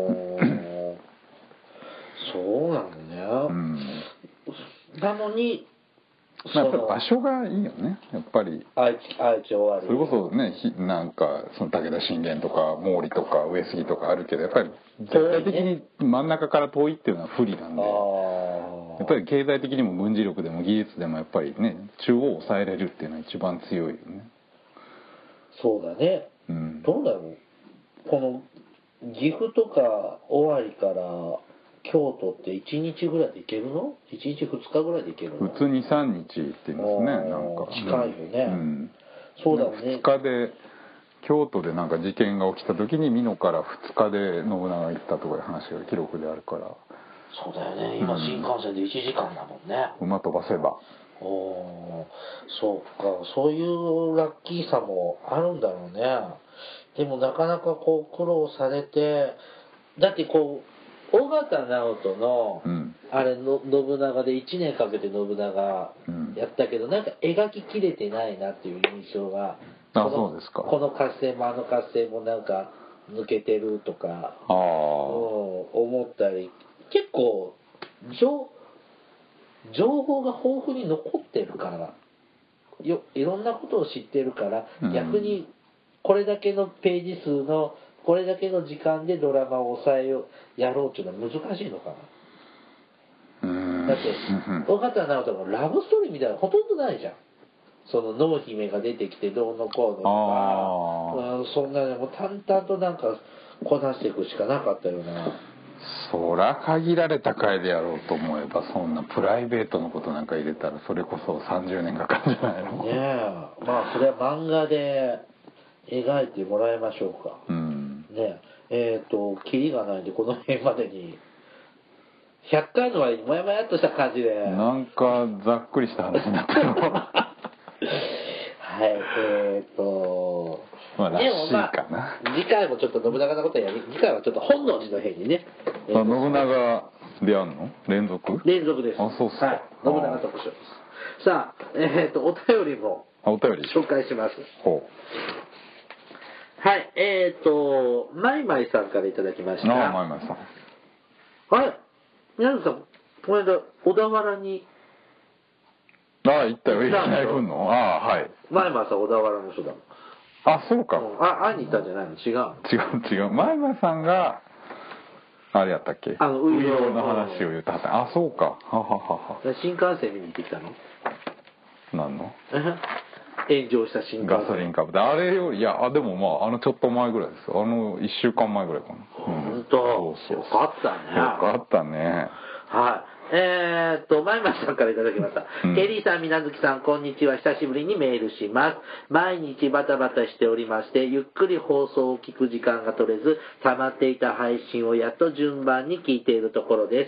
そうなんだね、うん、なのにまあ、やっぱり場所がいいよねやっぱり愛知愛知終わりそれこそねなんかその武田信玄とか毛利とか上杉とかあるけどやっぱり絶対的に真ん中から遠いっていうのは不利なんで、やっぱり経済的にも軍事力でも技術でもやっぱりね中央を抑えれるっていうのは一番強いよね。 そうだね、うん、どうだろうこの岐阜とか尾張から京都っていちにちぐらいで行けるの？いちにちふつかぐらいで行けるの？ 普通にさんにちって言いますね。なんか近いよね、うん、そうだね。 ふつかで京都でなんか事件が起きた時に美濃からふつかで信長が行ったとかいう話が記録であるから。 そうだよね今新幹線でいちじかんだもんね、 うん、馬飛ばせば。 おそうかそういうラッキーさもあるんだろうね。でもなかなかこう苦労されてだってこう緒方直人の、うん、あれの信長でいちねんかけて信長やったけど、うん、なんか描ききれてないなっていう印象があそうですか。 この合戦もあの合戦もなんか抜けてるとかあ、うん、思ったり結構情情報が豊富に残ってるからよいろんなことを知ってるから、うん、逆にこれだけのページ数のこれだけの時間でドラマを抑えようやろうっていうのは難しいのかな。うんだって緒方直人のラブストーリーみたいなのほとんどないじゃん。その濃姫が出てきてどうのこうのとか、うん、そんなのも淡々となんかこなしていくしかなかったよな。 そら限られた回でやろうと思えばそんなプライベートのことなんか入れたらそれこそさんじゅうねんかかるんじゃないの？ ねえまあそれは漫画で描いてもらいましょうか、うんねええー、とキリがないんでこの辺までにひゃっかいの割にもやもやっとした感じでなんかざっくりした話になったよはいえーとまあらしいかな、 まあ、次回もちょっと信長のことやり次回はちょっと本能寺の変にね、 えー、あ信長でやんの連続連続です。 あそうっすか、 はい、信長特集です。さあえー、とお便りもお便り紹介します。 ほうはい、えーと、まいまいさんからいただきました。 ああ、まいまいさん。 はい、皆さん、この間、小田原に。 ああ、行ったよ、行ったよ、の。ああ、はい。 まいまいさん、小田原の人だもん。 あ、そうか。うん、 あ、会いに行ったんじゃないの？違う。 違う、違う。まいまいさんが、あれやったっけ？ あの、ウイローの話を言ったはず。あ、そうか。はははは。 新幹線見に行ってきたの？ 何の？ 炎上した新幹線ガソリン株であれよりいやあでもまああのちょっと前ぐらいですあのいっしゅうかんまえぐらいかな。 本当、うん、そうそうよかったね。 よかったね。 はい。えー、っと、まいまいさんからいただきました。うん、ケリーさん、みなずきさん、こんにちは。久しぶりにメールします。毎日バタバタしておりまして、ゆっくり放送を聞く時間が取れず、溜まっていた配信をやっと順番に聞いているところです。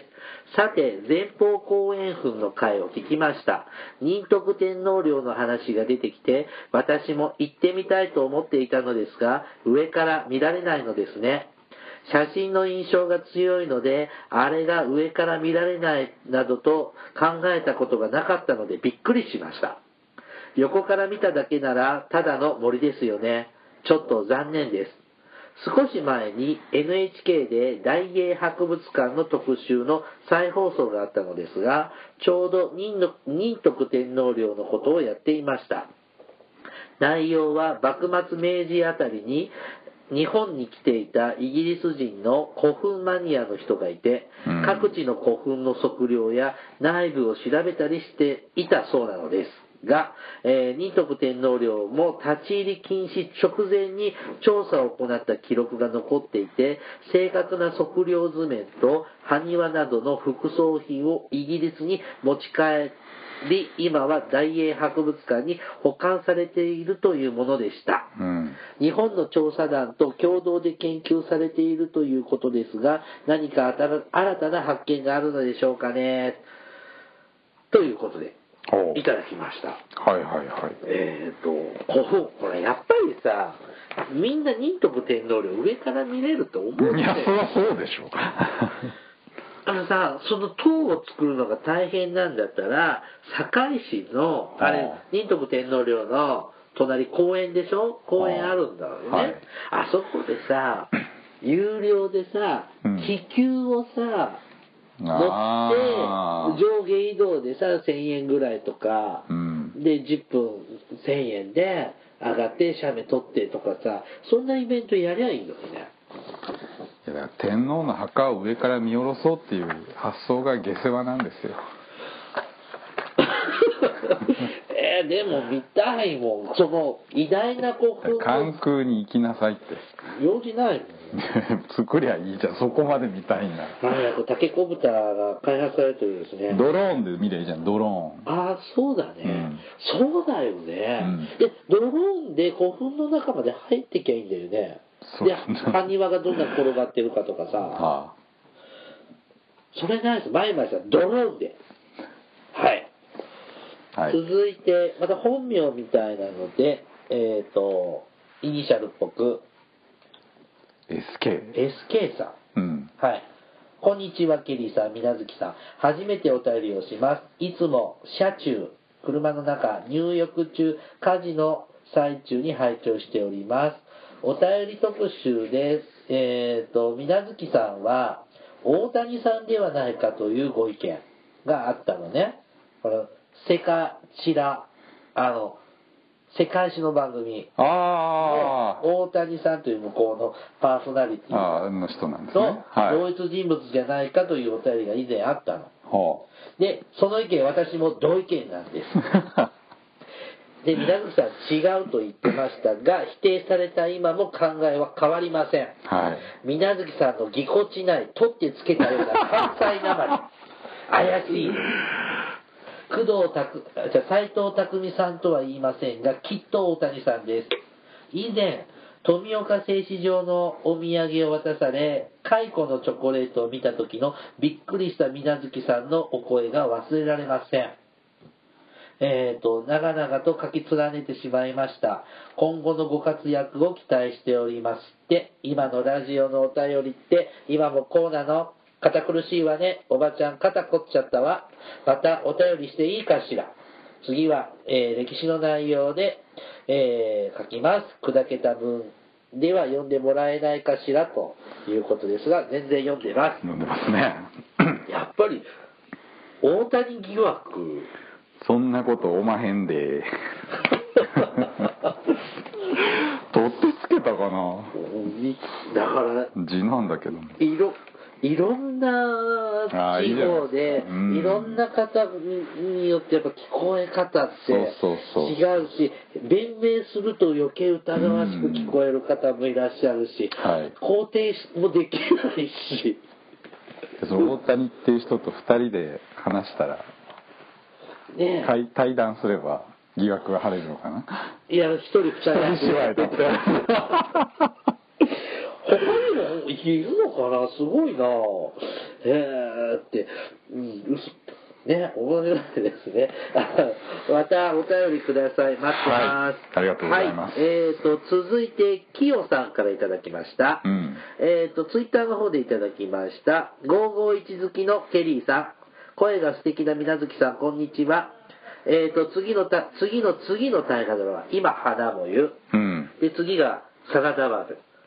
さて、前方後円墳の回を聞きました。仁徳天皇陵の話が出てきて、私も行ってみたいと思っていたのですが、上から見られないのですね。写真の印象が強いので、あれが上から見られないなどと考えたことがなかったのでびっくりしました。横から見ただけならただの森ですよね。ちょっと残念です。 少し前に エヌエイチケー で大英博物館の特集の再放送があったのですが、ちょうど仁の仁徳天皇陵のことをやっていました。内容は幕末明治あたりに日本に来ていたイギリス人の古墳マニアの人がいて、 うん、 各地の古墳の測量や内部を調べたりしていたそうなのですが、えー、仁徳天皇陵も立ち入り禁止直前に調査を行った記録が残っていて、正確な測量図面と埴輪などの副葬品をイギリスに持ち帰り、今は大英博物館に保管されているというものでした、 うん、 日本の調査団と共同で研究されているということですが、何か新たな発見があるのでしょうかね、ということでいただきました。 はいはいはい。 えっと古墳、これやっぱりさ、みんな仁徳天皇陵上から見れると思うんだよ。 いや、そりゃそうでしょあのさ、その塔を作るのが大変なんだったら、堺市のあれ仁徳天皇陵の隣公園でしょ、公園あるんだよね、はい、あそこでさ有料でさ、うん、気球をさ乗って上下移動でさせんえんぐらいとか、うん、でじゅっぷんせんえんで上がって写メ撮ってとかさ、そんなイベントやりゃいいのにね。 いや、だから天皇の墓を上から見下ろそうっていう発想が下世話なんですよえー、でも見たいもん、その偉大な古墳関空に行きなさいって用事ないもん作りゃいいじゃん、そこまで見たいんだ。 タケコプターが開発されてるんですね。 ドローンで見りゃいいじゃん、ドローン。 ああ、そうだね、うん、そうだよね、うん、でドローンで古墳の中まで入ってきゃいいんだよね。で埴輪がどんな転がってるかとかさ、はあ、それないです。前々さんドローンで、はいはい、続いてまた本名みたいなので、えっ、ー、とイニシャルっぽくエスケーエスケー さん、うん、はい。こんにちは、ケリーさん、みなずきさん、初めてお便りをします。いつも車中、車の中、入浴中、家事の最中に拝聴しております。お便り特集です。えっ、ー、とみなずきさんは大谷さんではないかというご意見があったのね。このセカチラ、あの世界史の番組の大谷さんという向こうのパーソナリティの人なんですね。 同一人物じゃないかというお便りが以前あったの。はあ、でその意見私も同意見なんです。で皆月さん違うと言ってましたが、否定された今も考えは変わりません。はい、皆月さんのぎこちない取ってつけたような関西なまり怪しい。工藤拓じゃ斉藤匠さんとは言いませんが、きっと大谷さんです。以前富岡製糸場のお土産を渡され蚕のチョコレートを見た時のびっくりした水無月さんのお声が忘れられません。えーと長々と書き連ねてしまいました。今後のご活躍を期待しておりますって。今のラジオのお便りって今もこうなの？堅苦しいわね。おばちゃん肩凝っちゃったわ。またお便りしていいかしら。次は、えー、歴史の内容で、えー、書きます。砕けた文では読んでもらえないかしらということですが、全然読んでます。 読んでますね。 やっぱり大谷疑惑。 そんなことおまへんで。取ってつけたかな。 だから字なんだけど。 色いろんな地方で、い, いろんな方によってやっぱ聞こえ方って違うし、弁明すると余計疑わしく聞こえる方もいらっしゃるし、はい、肯定もできないし。 その大谷っていう人とふたりで話したら、ね、対, 対談すれば疑惑が晴れるのかな。 いや、一人二人芝居だって他にもいるのかな、すごいなへーって、うん、ね、面白いですね。またお便りください。待ってます。はい、 ありがとうございます。 はい、えーと、続いて、きよさんからいただきました。うん、えーと、ツイッターの方でいただきました。ごーごーいち好きのケリーさん。声が素敵なみなずきさん、こんにちは。えーと、次のた、次の次の大河ドラマ、今花もゆ。うん、で、次が、サガダバル。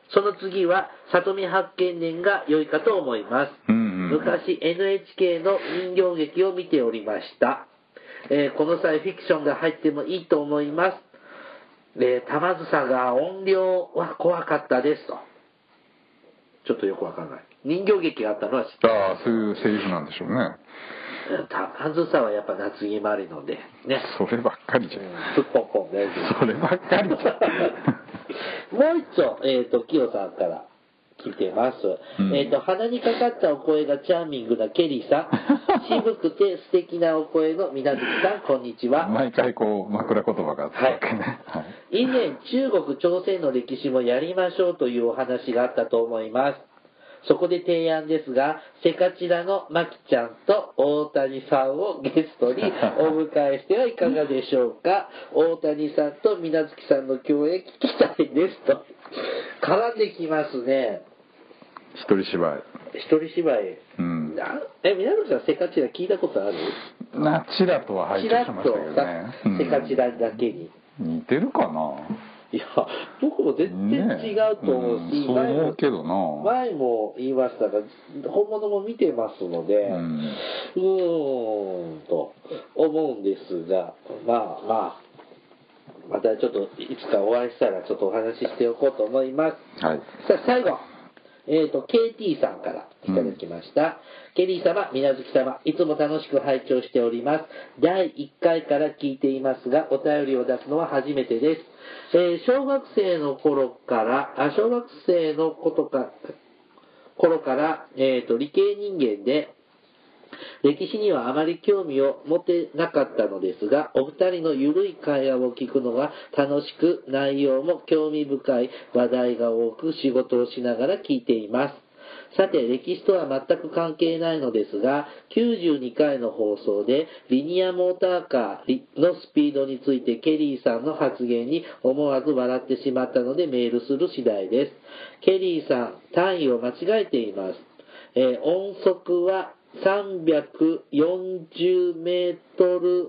その次は里見八犬伝が良いかと思います。 うんうん、 昔 エヌエイチケー の人形劇を見ておりました。えーこの際フィクションが入ってもいいと思います。えー、玉梓が音量は怖かったですと。ちょっとよくわかんない。人形劇があったのは知ってああ、そういうセリフなんでしょうね。 玉梓はやっぱ夏木マリのでね。 そればっかりじゃん。 すっぽんぽんね。 そればっかりじゃん。 もう一丁、えっ、ー、と、キヨさんから来てます。うん、えっ、ー、と、鼻にかかったお声がチャーミングなケリーさん。渋くて素敵なお声のみなずきさん、こんにちは。 毎回こう、枕言葉があったわけね。 はい、以前、中国、朝鮮の歴史もやりましょうというお話があったと思います。そこで提案ですが、セカチラのマキちゃんと大谷さんをゲストにお迎えしてはいかがでしょうか。大谷さんと水無月さんの共演聞きたいですと。絡んできますね。 一人芝居。 一人芝居。うん、え、水無月さんセカチラ聞いたことある？ な、チラとは入ってましたけどね。 セカチラだけに。 似てるかな。 いや、僕も全然違うと思うし、 ね、うん、そう思うけどな。 前も言いましたが、本物も見てますので、うん、うーんと思うんですが、まあまあ、またちょっといつかお会いしたらちょっとお話ししておこうと思います。 はい。 さあ最後。えっ、ー、と、ケーティー さんからいただきました。うん、ケリー様、水無月様、いつも楽しく拝聴しております。だいいっかいから聞いていますが、お便りを出すのは初めてです。えー、小学生の頃から、あ、小学生のことか、頃から、えっ、ー、と、理系人間で、歴史にはあまり興味を持てなかったのですが、お二人のゆるい会話を聞くのが楽しく、内容も興味深い話題が多く、仕事をしながら聞いています。さて、歴史とは全く関係ないのですが、きゅうじゅうにかいの放送でリニアモーターカーのスピードについてケリーさんの発言に思わず笑ってしまったのでメールする次第です。ケリーさん、単位を間違えています。えー、音速はさんびゃくよんじゅうメートル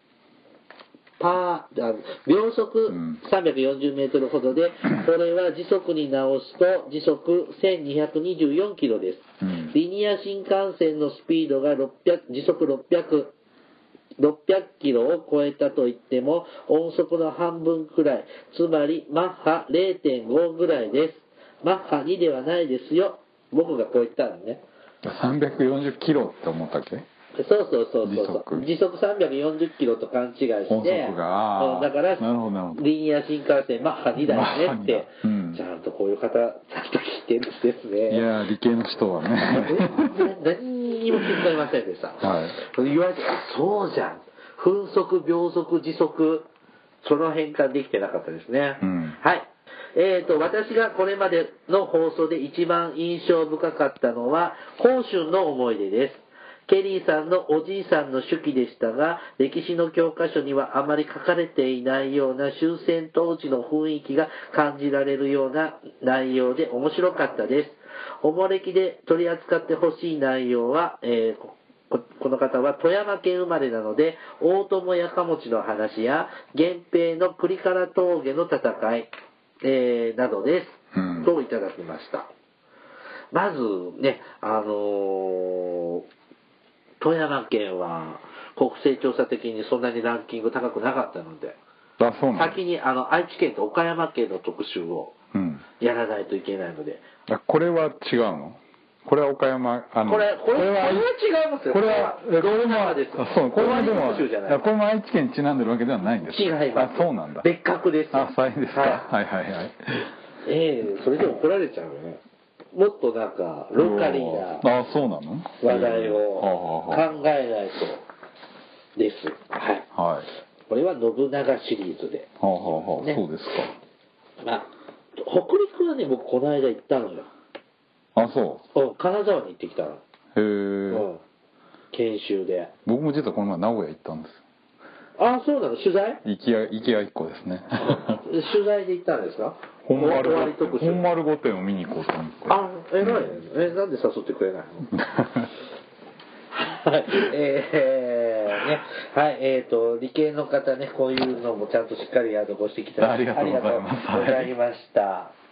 パー、秒速さんびゃくよんじゅうメートルほどで、これは時速に直すと時速せんにひゃくにじゅうよんキロです。リニア新幹線のスピードがろっぴゃく時速ろっぴゃく、ろっぴゃくキロを超えたといっても音速の半分くらい、つまりマッハ れいてんご ぐらいです。マッハにではないですよ。僕がこう言ったのね。 さんびゃくよんじゅうキロって思ったっけ？ そうそうそうそう。時速さんびゃくよんじゅうキロと勘違いして、 音速が、 だからリニア新幹線マッハにだよねって、うん、ちゃんとこういう方ちゃんと聞いてるんですね。 いや理系の人はね何にも気づきませんでした。 はい、 言われて、あ、そうじゃん。分速、秒速、時速、その変換できてなかったですね。うん、はい。えーと、私がこれまでの放送で一番印象深かったのは、光春の思い出です。ケリーさんのおじいさんの手記でしたが、歴史の教科書にはあまり書かれていないような終戦当時の雰囲気が感じられるような内容で面白かったです。おもれきで取り扱ってほしい内容は、えーこ, この方は富山県生まれなので、大友やかもちの話や、源平の栗から峠の戦い、えー、などです、うん、といただきました。まずね、あのー、富山県は国勢調査的にそんなにランキング高くなかったので、 あ、そうなん先にあの愛知県と岡山県の特集をやらないといけないので、 うん、あ、これは違うの？これは岡山、あのこれこれこれは違いますよ。 これはこれはです。 あ、そう、これはでもこれも愛知県にちなんでるわけではないんですか？ 違います。 あ、そうなんだ。 別格です。 あ、そうですか。はい、はいはいはい。 ええー、それでも怒られちゃうよね。もっとなんかローカリーなあ、そうなの？ 話題を考えないとです。はい。 はい。 これは信長シリーズで。 はあはあはあ、ね、そうですか。 まあ北陸はね、僕この間行ったのよ。 あ、そう。 うん、金沢に行ってきたの。へえ、 うん。研修で。 僕も実はこの前名古屋行ったんです。 あ、そうなの？取材？ 行きや行きや一個ですね。 取材で行ったんですか？ 本丸本丸御殿を見に行こうと思って。 あ、えらいね。え、なんで誘ってくれないの？はい、えー、ね、はい、えーと、理系の方ね、こういうのもちゃんとしっかりあのご指摘いただきありがとうございます。 ありがとうございました。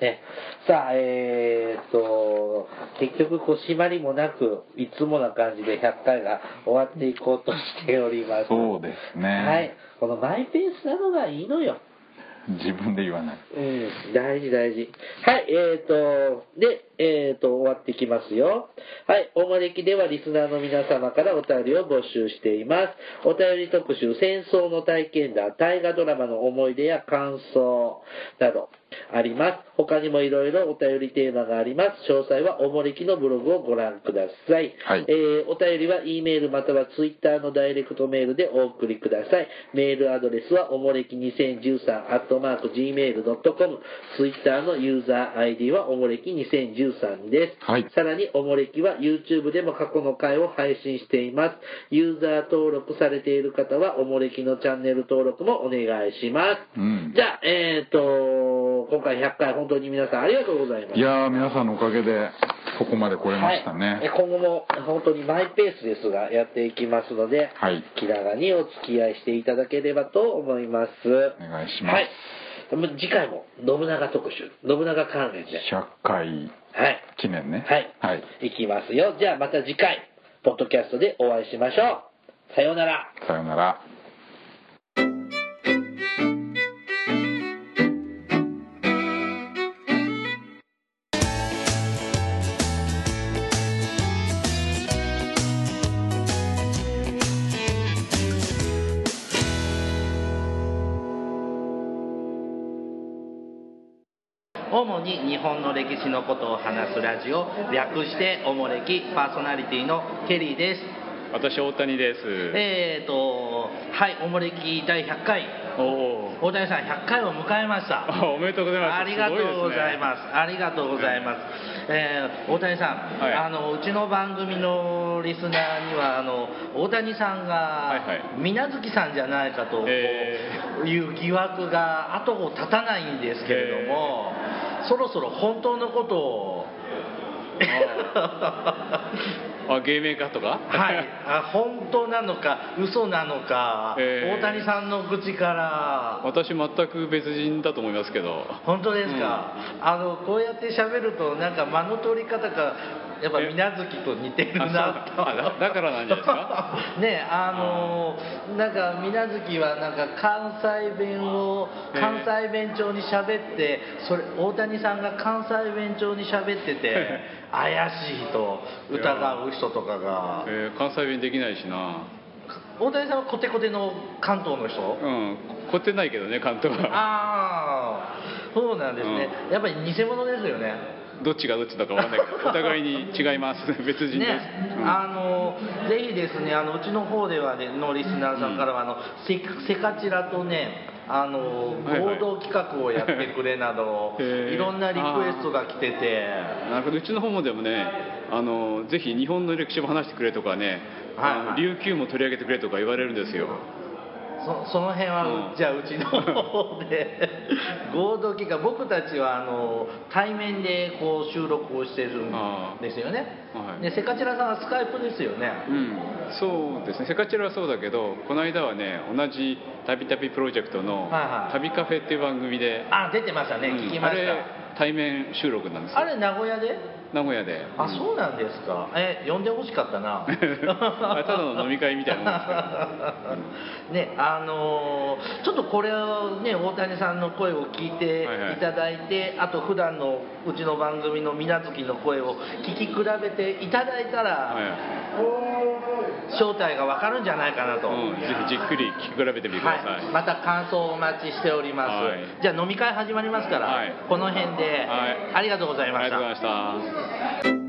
ね、さあ、えー、っと、結局、こう、締まりもなく、いつもな感じでひゃっかいが終わっていこうとしております。 そうですね。 はい。このマイペースなのがいいのよ。 自分で言わない。 うん、大事大事。はい、えーと、で、えーと、終わってきますよ。はい、おもれきではリスナーの皆様からお便りを募集しています。お便り特集、戦争の体験談、大河ドラマの思い出や感想などあります。他にもいろいろお便りテーマがあります。詳細はおもれきのブログをご覧ください。 はい、 えー、お便りは E メールまたは Twitter のダイレクトメールでお送りください。メールアドレスはおもれきにせんじゅうさんアットマークジーメールドットコム、Twitter のユーザー アイディー はおもれきにせんじゅうさんです。 はい、 さらにおもれきは YouTube でも過去の回を配信しています。ユーザー登録されている方はおもれきのチャンネル登録もお願いします。 うん、 じゃあ、えーと、今回ひゃっかい本当に皆さんありがとうございます。 いやー、皆さんのおかげでここまで来れましたね。 はい、今後も本当にマイペースですがやっていきますので、 はい、 気長にお付き合いしていただければと思います。 お願いします。はい、 次回も信長特集、信長関連でひゃっかい記念ね。 はい、はい、いきますよ。じゃあまた次回ポッドキャストでお会いしましょう。さようなら。 さようなら。 主に日本の歴史のことを話すラジオ、略しておもれき、パーソナリティのケリーです。 私大谷です。 えーとはいおもれきだいひゃっかい、お大谷さんひゃっかいを迎えました。 おめでとうございます。 ありがとうございます。ありがとうございます。えー、大谷さん、はい、あのうちの番組のリスナーにはあの大谷さんが水無月さんじゃないかという疑惑が後を絶たないんですけれども、そろそろ本当のことをあ、芸名かとか、 はい、あ本当なのか嘘なのか、えー、大谷さんの口から。 私全く別人だと思いますけど。 本当ですか、うん、あのこうやって喋るとなんか間の取り方がやっぱ水無月と似てるなと。 だ, だからなんじゃないですかね、あのなんか水無月はなんか関西弁を関西弁調に喋ってそれ大谷さんが関西弁調に喋ってて怪しいと疑う人とかが、 えー、関西弁できないしな。 大谷さんはコテコテの関東の人？ うん、コテないけどね、関東は。 ああ、そうなんですね、うん、やっぱり偽物ですよね。 どっちがどっちだかわかんないけどお互いに違います。別人です、 ね、うん、あのぜひですね、あのうちの方では、ね、のリスナーさんからは、うん、あのせせかちらとね、あの合同企画をやってくれなど、はいはい、いろんなリクエストが来てて、 なるほど。うちの方もでもね、あのぜひ日本の歴史も話してくれとかね、はいはい、琉球も取り上げてくれとか言われるんですよ。 そ, その辺は、うん、じゃあうちの方で合同企画、僕たちはあの対面でこう収録をしてるんですよね、はい、でセカチラさんはスカイプですよね。 うん、そうですね。セカチラはそうだけど、この間はね、同じ旅旅プロジェクトの旅カフェっていう番組で、 はいはい、あ出てましたね、うん、聞きました。 あれ対面収録なんですよ。 あれ名古屋で？ 名古屋で。 あ、そうなんですか。え、呼んでほしかったな。 ただの飲み会みたいなもんですから。 ね、あのー、ちょっとこれをね、大谷さんの声を聞いていただいて、はいはい、あと普段のうちの番組の水無月の声を聞き比べていただいたら、はいはい、正体がわかるんじゃないかなと、 うん、ぜひじっくり聞き比べてみてください。はい、 また感想をお待ちしております。はい、じゃあ飲み会始まりますから、はい、この辺で、はい、ありがとうございました。 ありがとうございました。